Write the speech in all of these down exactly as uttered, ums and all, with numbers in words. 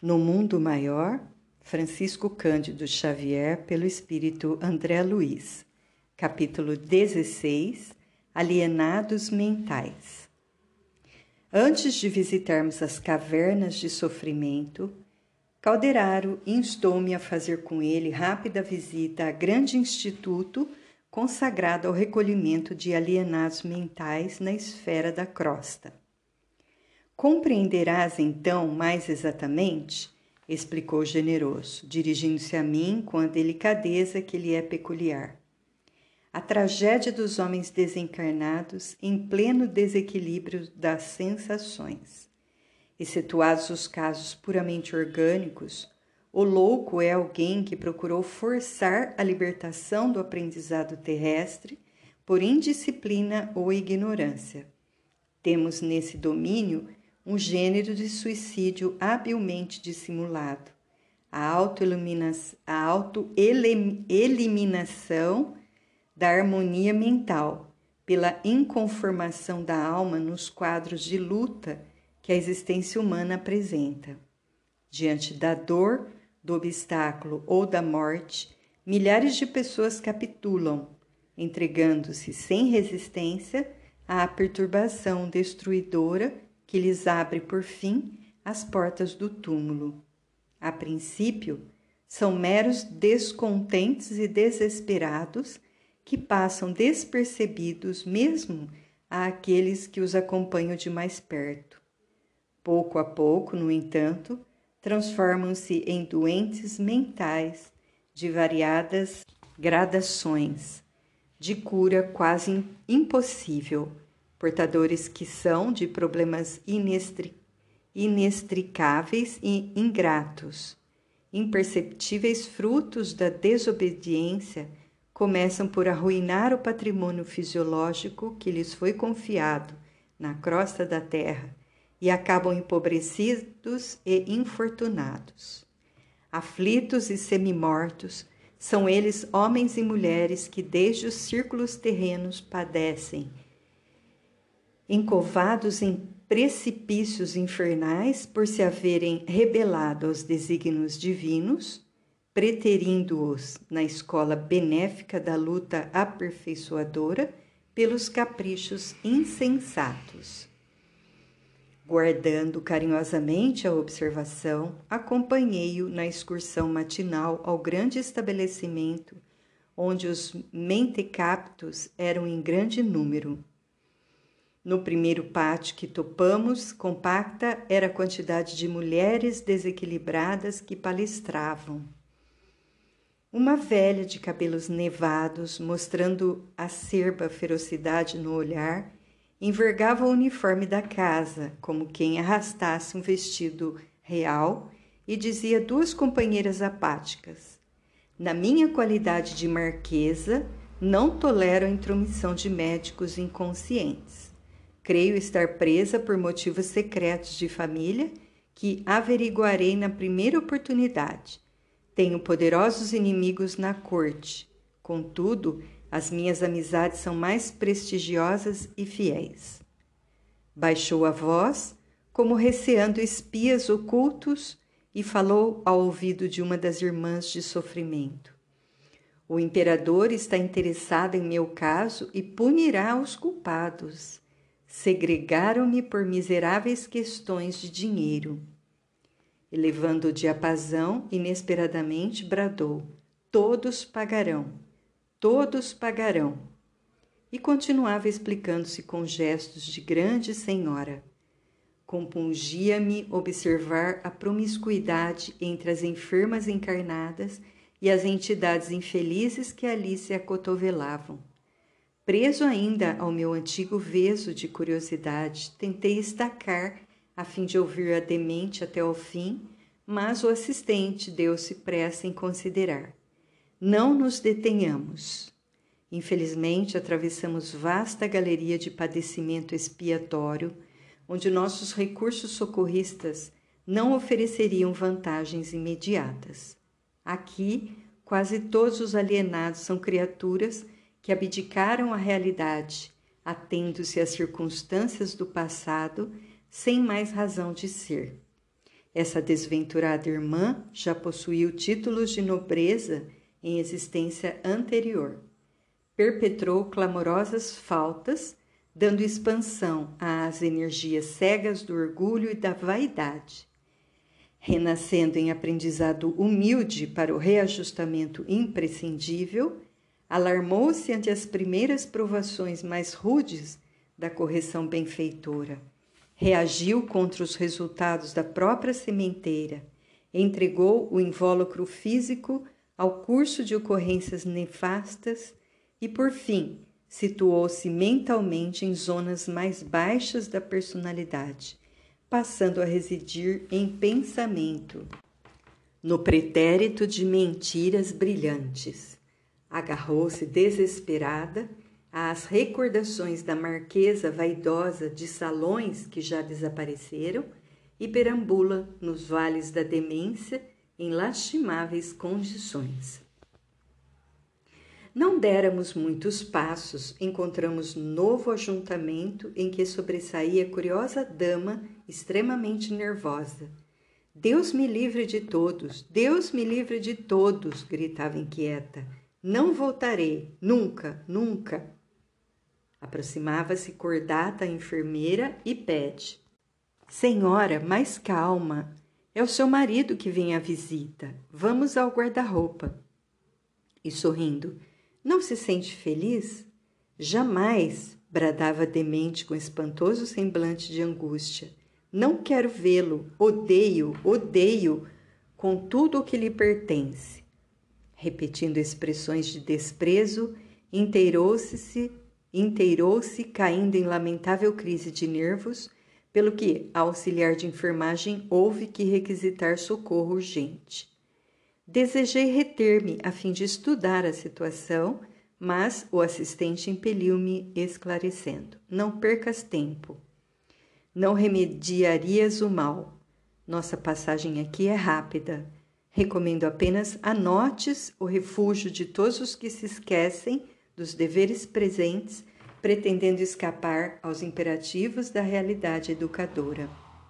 No Mundo Maior, Francisco Cândido Xavier, pelo Espírito André Luiz. Capítulo dezesseis, Alienados Mentais. Antes de visitarmos as cavernas de sofrimento, Calderaro instou-me a fazer com ele rápida visita a grande instituto consagrado ao recolhimento de alienados mentais na esfera da crosta. Compreenderás então mais exatamente, explicou o generoso, dirigindo-se a mim com a delicadeza que lhe é peculiar, a tragédia dos homens desencarnados em pleno desequilíbrio das sensações. Excetuados os casos puramente orgânicos, o louco é alguém que procurou forçar a libertação do aprendizado terrestre por indisciplina ou ignorância. Temos nesse domínio um gênero de suicídio habilmente dissimulado, a auto-eliminação da harmonia mental, pela inconformação da alma nos quadros de luta que a existência humana apresenta. Diante da dor, do obstáculo ou da morte, milhares de pessoas capitulam, entregando-se sem resistência à perturbação destruidora que lhes abre, por fim, as portas do túmulo. A princípio, são meros descontentes e desesperados que passam despercebidos mesmo àqueles que os acompanham de mais perto. Pouco a pouco, no entanto, transformam-se em doentes mentais de variadas gradações, de cura quase impossível, portadores que são de problemas inestri- inextricáveis e ingratos. Imperceptíveis frutos da desobediência começam por arruinar o patrimônio fisiológico que lhes foi confiado na crosta da terra e acabam empobrecidos e infortunados. Aflitos e semimortos, são eles homens e mulheres que desde os círculos terrenos padecem, encovados em precipícios infernais por se haverem rebelado aos desígnios divinos, preterindo-os na escola benéfica da luta aperfeiçoadora pelos caprichos insensatos. Guardando carinhosamente a observação, acompanhei-o na excursão matinal ao grande estabelecimento, onde os mentecaptos eram em grande número. No primeiro pátio que topamos, compacta era a quantidade de mulheres desequilibradas que palestravam. Uma velha de cabelos nevados, mostrando acerba ferocidade no olhar, envergava o uniforme da casa, como quem arrastasse um vestido real, e dizia a duas companheiras apáticas: na minha qualidade de marquesa, não tolero a intromissão de médicos inconscientes. Creio estar presa por motivos secretos de família que averiguarei na primeira oportunidade. Tenho poderosos inimigos na corte. Contudo, as minhas amizades são mais prestigiosas e fiéis. Baixou a voz, como receando espias ocultos, e falou ao ouvido de uma das irmãs de sofrimento. O imperador está interessado em meu caso e punirá os culpados. Segregaram-me por miseráveis questões de dinheiro. Elevando o diapasão, inesperadamente bradou: todos pagarão, todos pagarão. E continuava explicando-se com gestos de grande senhora. Compungia-me observar a promiscuidade entre as enfermas encarnadas e as entidades infelizes que ali se acotovelavam. Preso ainda ao meu antigo veso de curiosidade, tentei estacar a fim de ouvir a demente até ao fim, mas o assistente deu-se pressa em considerar. Não nos detenhamos. Infelizmente, atravessamos vasta galeria de padecimento expiatório, onde nossos recursos socorristas não ofereceriam vantagens imediatas. Aqui, quase todos os alienados são criaturas que abdicaram a realidade, atendo-se às circunstâncias do passado, sem mais razão de ser. Essa desventurada irmã já possuiu títulos de nobreza em existência anterior. Perpetrou clamorosas faltas, dando expansão às energias cegas do orgulho e da vaidade. Renascendo em aprendizado humilde para o reajustamento imprescindível, alarmou-se ante as primeiras provações mais rudes da correção benfeitora. Reagiu contra os resultados da própria sementeira, entregou o invólucro físico ao curso de ocorrências nefastas e, por fim, situou-se mentalmente em zonas mais baixas da personalidade, passando a residir em pensamento, no pretérito de mentiras brilhantes. Agarrou-se desesperada às recordações da marquesa vaidosa de salões que já desapareceram e perambula nos vales da demência em lastimáveis condições. Não déramos muitos passos, encontramos novo ajuntamento em que sobressaía curiosa dama extremamente nervosa. Deus me livre de todos, Deus me livre de todos, gritava inquieta. Não voltarei, nunca, nunca. Aproximava-se cordata a enfermeira e pede. Senhora, mais calma. É o seu marido que vem à visita. Vamos ao guarda-roupa. E sorrindo, não se sente feliz? Jamais, bradava demente com espantoso semblante de angústia. Não quero vê-lo, odeio, odeio, com tudo o que lhe pertence. Repetindo expressões de desprezo, inteirou-se, inteirou-se, caindo em lamentável crise de nervos, pelo que a auxiliar de enfermagem houve que requisitar socorro urgente. Desejei reter-me a fim de estudar a situação, mas o assistente impeliu-me esclarecendo. Não percas tempo. Não remediarias o mal. Nossa passagem aqui é rápida. Recomendo apenas anotes o refúgio de todos os que se esquecem dos deveres presentes, pretendendo escapar aos imperativos da realidade educadora.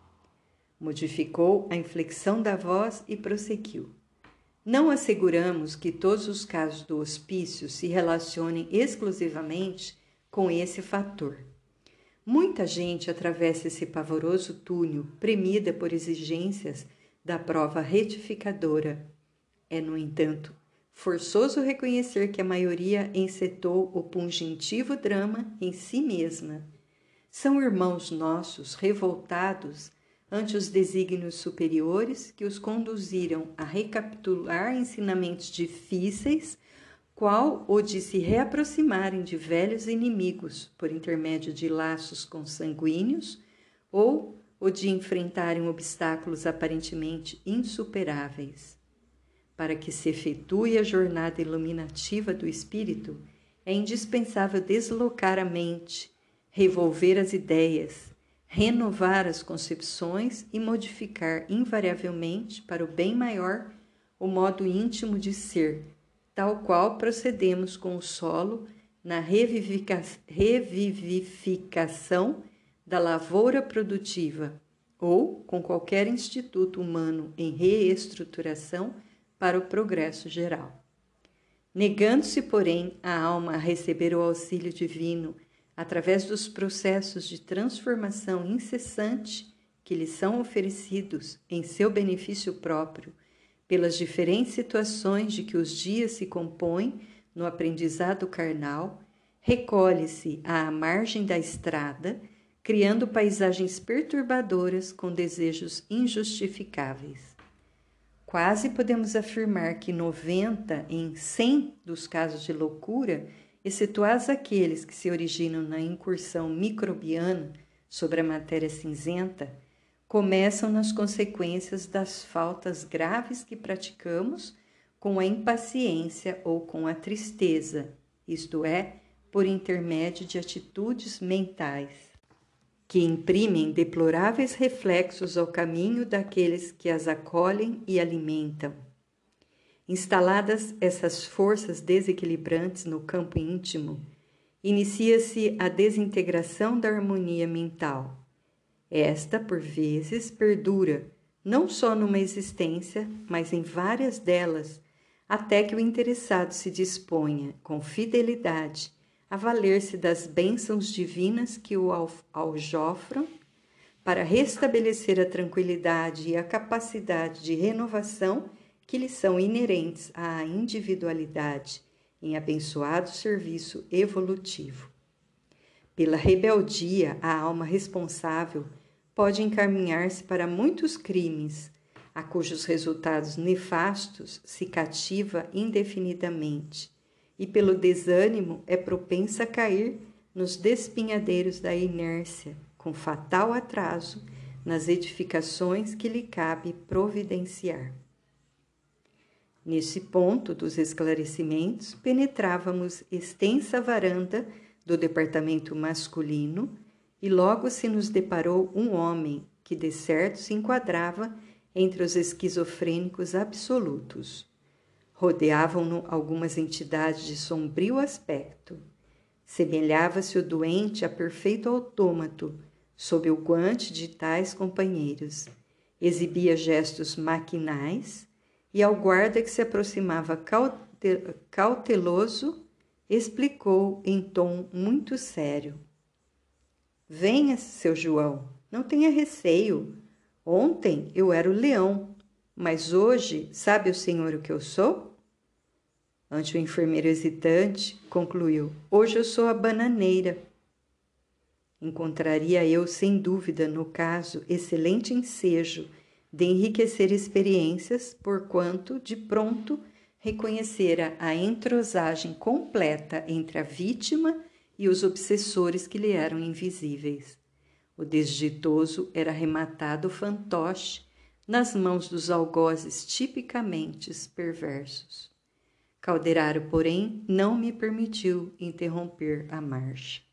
Modificou a inflexão da voz e prosseguiu. Não asseguramos que todos os casos do hospício se relacionem exclusivamente com esse fator. Muita gente atravessa esse pavoroso túnel, premida por exigências da prova retificadora. É, no entanto, forçoso reconhecer que a maioria encetou o pungentivo drama em si mesma. São irmãos nossos revoltados ante os desígnios superiores que os conduziram a recapitular ensinamentos difíceis, qual o de se reaproximarem de velhos inimigos por intermédio de laços consanguíneos ou o de enfrentarem obstáculos aparentemente insuperáveis. Para que se efetue a jornada iluminativa do espírito, é indispensável deslocar a mente, revolver as ideias, renovar as concepções e modificar invariavelmente para o bem maior o modo íntimo de ser, tal qual procedemos com o solo na revivifica- revivificação da lavoura produtiva ou com qualquer instituto humano em reestruturação para o progresso geral. Negando-se, porém, a alma a receber o auxílio divino através dos processos de transformação incessante que lhe são oferecidos em seu benefício próprio, pelas diferentes situações de que os dias se compõem no aprendizado carnal, recolhe-se à margem da estrada, criando paisagens perturbadoras com desejos injustificáveis. Quase podemos afirmar que noventa em cem dos casos de loucura, excetuados aqueles que se originam na incursão microbiana sobre a matéria cinzenta, começam nas consequências das faltas graves que praticamos com a impaciência ou com a tristeza, isto é, por intermédio de atitudes mentais, que imprimem deploráveis reflexos ao caminho daqueles que as acolhem e alimentam. Instaladas essas forças desequilibrantes no campo íntimo, inicia-se a desintegração da harmonia mental. Esta, por vezes, perdura, não só numa existência, mas em várias delas, até que o interessado se disponha, com fidelidade, a valer-se das bênçãos divinas que o aljofram para restabelecer a tranquilidade e a capacidade de renovação que lhe são inerentes à individualidade em abençoado serviço evolutivo. Pela rebeldia, a alma responsável pode encaminhar-se para muitos crimes, a cujos resultados nefastos se cativa indefinidamente, e pelo desânimo é propensa a cair nos despinhadeiros da inércia, com fatal atraso nas edificações que lhe cabe providenciar. Nesse ponto dos esclarecimentos, penetrávamos extensa varanda do departamento masculino e logo se nos deparou um homem que de certo se enquadrava entre os esquizofrênicos absolutos. Rodeavam-no algumas entidades de sombrio aspecto. Semelhava-se o doente a perfeito autômato, sob o guante de tais companheiros. Exibia gestos maquinais e ao guarda que se aproximava cauteloso, explicou em tom muito sério. Venha, seu João, não tenha receio. Ontem eu era o leão, mas hoje sabe o senhor o que eu sou? Ante o enfermeiro hesitante, concluiu, hoje eu sou a bananeira. Encontraria eu, sem dúvida, no caso, excelente ensejo de enriquecer experiências, porquanto, de pronto, reconhecera a entrosagem completa entre a vítima e os obsessores que lhe eram invisíveis. O desditoso era arrematado fantoche nas mãos dos algozes tipicamente perversos. Calderaro, porém, não me permitiu interromper a marcha.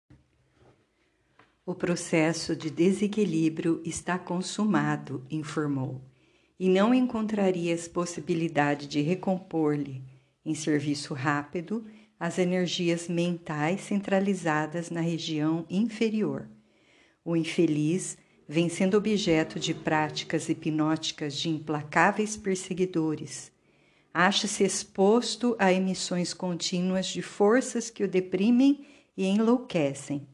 O processo de desequilíbrio está consumado, informou, e não encontrarias possibilidade de recompor-lhe, em serviço rápido, as energias mentais centralizadas na região inferior. O infeliz vem sendo objeto de práticas hipnóticas de implacáveis perseguidores. Acha-se exposto a emissões contínuas de forças que o deprimem e enlouquecem.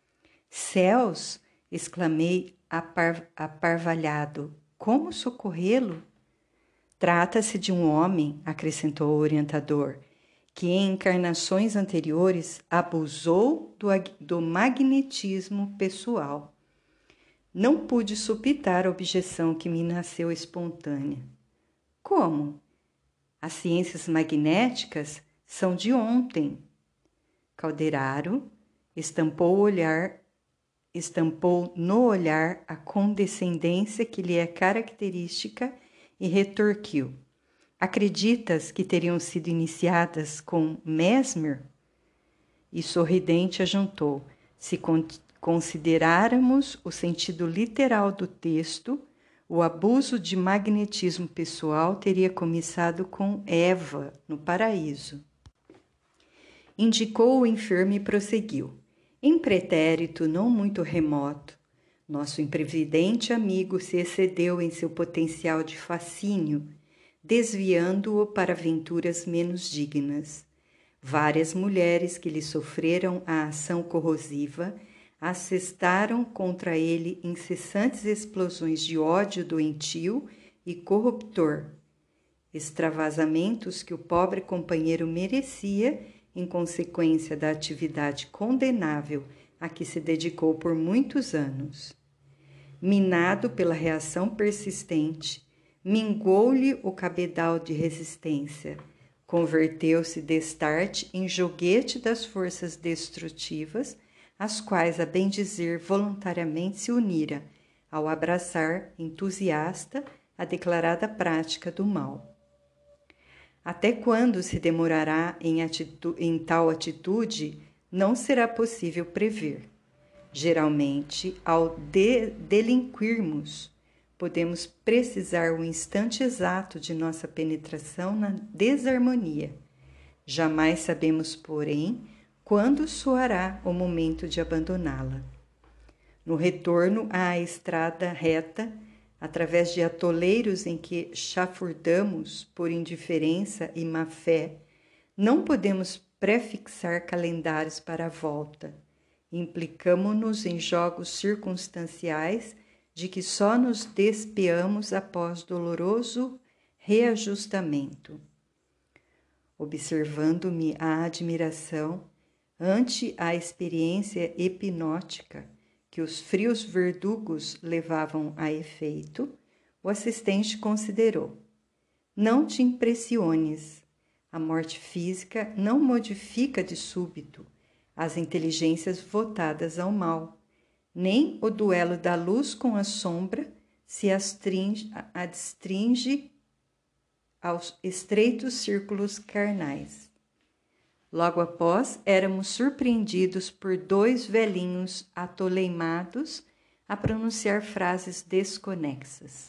Céus! Exclamei apar- aparvalhado. Como socorrê-lo? Trata-se de um homem, acrescentou o orientador, que em encarnações anteriores abusou do, do magnetismo pessoal. Não pude supitar a objeção que me nasceu espontânea. Como? As ciências magnéticas são de ontem. Calderaro estampou o olhar Estampou no olhar a condescendência que lhe é característica e retorquiu. Acreditas que teriam sido iniciadas com Mesmer? E sorridente ajuntou. Se con- considerarmos o sentido literal do texto, o abuso de magnetismo pessoal teria começado com Eva, no paraíso. Indicou o enfermo e prosseguiu. Em pretérito não muito remoto, nosso imprevidente amigo se excedeu em seu potencial de fascínio, desviando-o para aventuras menos dignas. Várias mulheres que lhe sofreram a ação corrosiva assestaram contra ele incessantes explosões de ódio doentio e corruptor, extravasamentos que o pobre companheiro merecia em consequência da atividade condenável a que se dedicou por muitos anos. Minado pela reação persistente, minguou-lhe o cabedal de resistência, converteu-se destarte em joguete das forças destrutivas, às quais, a bem dizer, voluntariamente se unira, ao abraçar, entusiasta, a declarada prática do mal. Até quando se demorará em, atitu- em tal atitude, não será possível prever. Geralmente, ao de- delinquirmos, podemos precisar o instante exato de nossa penetração na desarmonia. Jamais sabemos, porém, quando soará o momento de abandoná-la. No retorno à estrada reta, através de atoleiros em que chafurdamos por indiferença e má fé, não podemos prefixar calendários para a volta. Implicamo-nos em jogos circunstanciais de que só nos despiamos após doloroso reajustamento. Observando-me a admiração ante a experiência hipnótica que os frios verdugos levavam a efeito, o assistente considerou: não te impressiones. A morte física não modifica de súbito as inteligências votadas ao mal, nem o duelo da luz com a sombra se astringe, adstringe aos estreitos círculos carnais. Logo após, éramos surpreendidos por dois velhinhos atoleimados a pronunciar frases desconexas.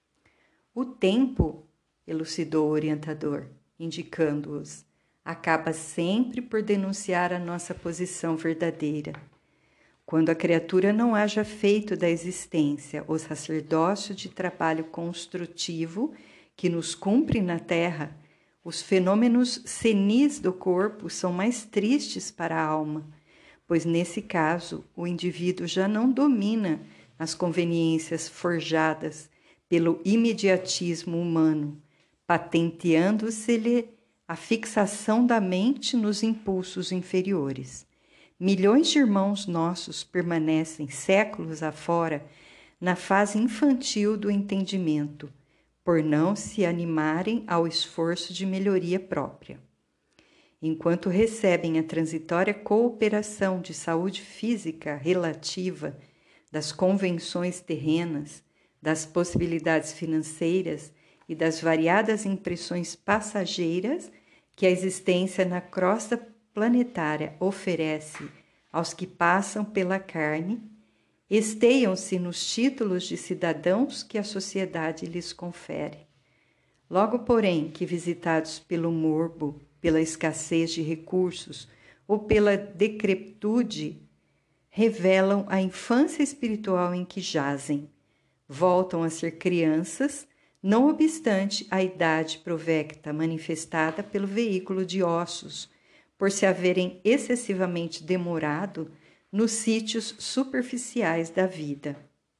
O tempo, elucidou o orientador, indicando-os, acaba sempre por denunciar a nossa posição verdadeira. Quando a criatura não haja feito da existência o sacerdócio de trabalho construtivo que nos cumpre na terra, os fenômenos senis do corpo são mais tristes para a alma, pois nesse caso o indivíduo já não domina as conveniências forjadas pelo imediatismo humano, patenteando-se-lhe a fixação da mente nos impulsos inferiores. Milhões de irmãos nossos permanecem séculos afora na fase infantil do entendimento, por não se animarem ao esforço de melhoria própria. Enquanto recebem a transitória cooperação de saúde física relativa das convenções terrenas, das possibilidades financeiras e das variadas impressões passageiras que a existência na crosta planetária oferece aos que passam pela carne, esteiam-se nos títulos de cidadãos que a sociedade lhes confere. Logo, porém, que visitados pelo morbo, pela escassez de recursos ou pela decrepitude, revelam a infância espiritual em que jazem, voltam a ser crianças, não obstante a idade provecta manifestada pelo veículo de ossos, por se haverem excessivamente demorado nos sítios superficiais da vida.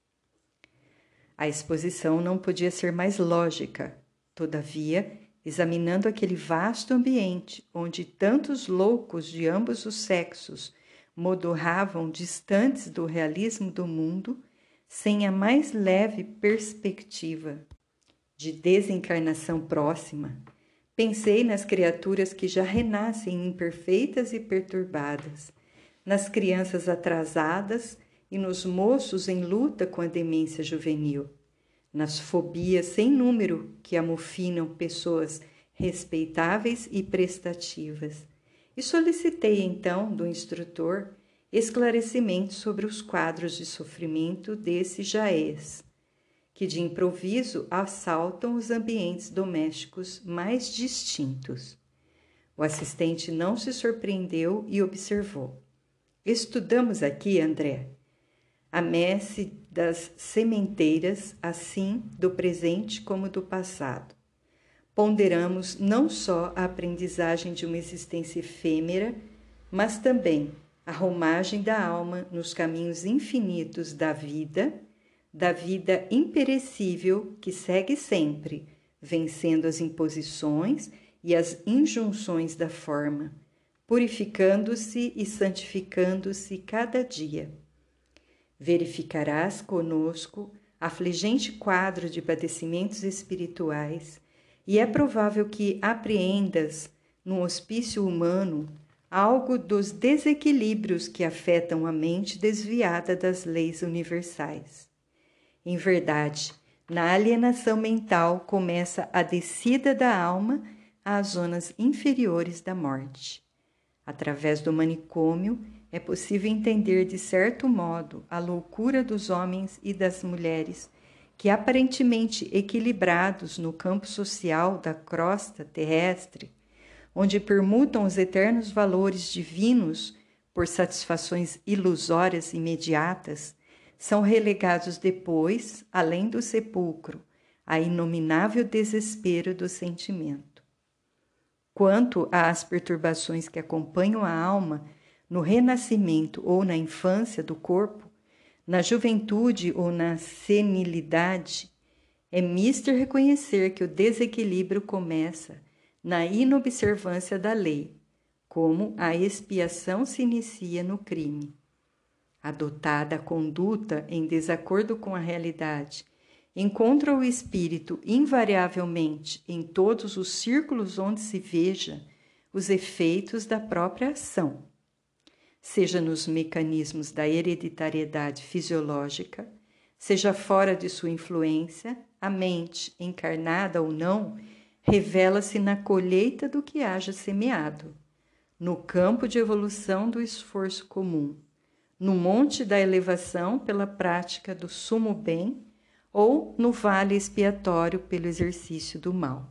A exposição não podia ser mais lógica. Todavia, examinando aquele vasto ambiente onde tantos loucos de ambos os sexos modorravam distantes do realismo do mundo, sem a mais leve perspectiva de desencarnação próxima, pensei nas criaturas que já renascem imperfeitas e perturbadas, nas crianças atrasadas e nos moços em luta com a demência juvenil, nas fobias sem número que amofinam pessoas respeitáveis e prestativas, e solicitei então do instrutor esclarecimentos sobre os quadros de sofrimento desse jaez, que de improviso assaltam os ambientes domésticos mais distintos. O assistente não se surpreendeu e observou: estudamos aqui, André, a messe das sementeiras, assim do presente como do passado. Ponderamos não só a aprendizagem de uma existência efêmera, mas também a romagem da alma nos caminhos infinitos da vida, da vida imperecível que segue sempre, vencendo as imposições e as injunções da forma, purificando-se e santificando-se cada dia. Verificarás conosco afligente quadro de padecimentos espirituais, e é provável que apreendas, no hospício humano, algo dos desequilíbrios que afetam a mente desviada das leis universais. Em verdade, na alienação mental começa a descida da alma às zonas inferiores da morte. Através do manicômio, é possível entender de certo modo a loucura dos homens e das mulheres que, aparentemente equilibrados no campo social da crosta terrestre, onde permutam os eternos valores divinos por satisfações ilusórias imediatas, são relegados depois, além do sepulcro, a inominável desespero do sentimento. Quanto às perturbações que acompanham a alma no renascimento ou na infância do corpo, na juventude ou na senilidade, é mister reconhecer que o desequilíbrio começa na inobservância da lei, como a expiação se inicia no crime. Adotada a conduta em desacordo com a realidade, encontra o espírito invariavelmente em todos os círculos onde se veja os efeitos da própria ação, seja nos mecanismos da hereditariedade fisiológica, seja fora de sua influência, a mente, encarnada ou não, revela-se na colheita do que haja semeado, no campo de evolução do esforço comum, no monte da elevação pela prática do sumo bem ou no vale expiatório pelo exercício do mal.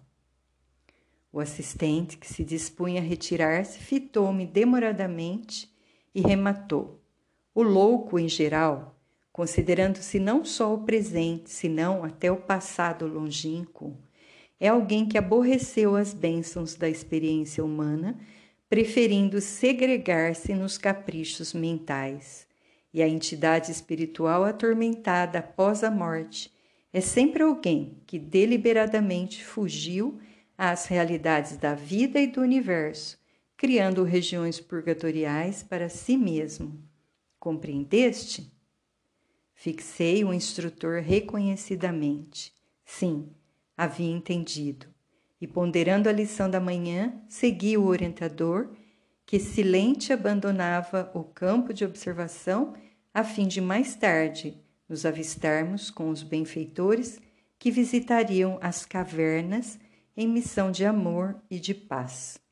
O assistente, que se dispunha a retirar-se, fitou-me demoradamente e rematou. O louco, em geral, considerando-se não só o presente, senão até o passado longínquo, é alguém que aborreceu as bênçãos da experiência humana, preferindo segregar-se nos caprichos mentais. E a entidade espiritual atormentada após a morte é sempre alguém que deliberadamente fugiu às realidades da vida e do universo, criando regiões purgatoriais para si mesmo. Compreendeste? Fixei o instrutor reconhecidamente. Sim, havia entendido. E, ponderando a lição da manhã, segui o orientador, que silente abandonava o campo de observação a fim de mais tarde nos avistarmos com os benfeitores que visitariam as cavernas em missão de amor e de paz.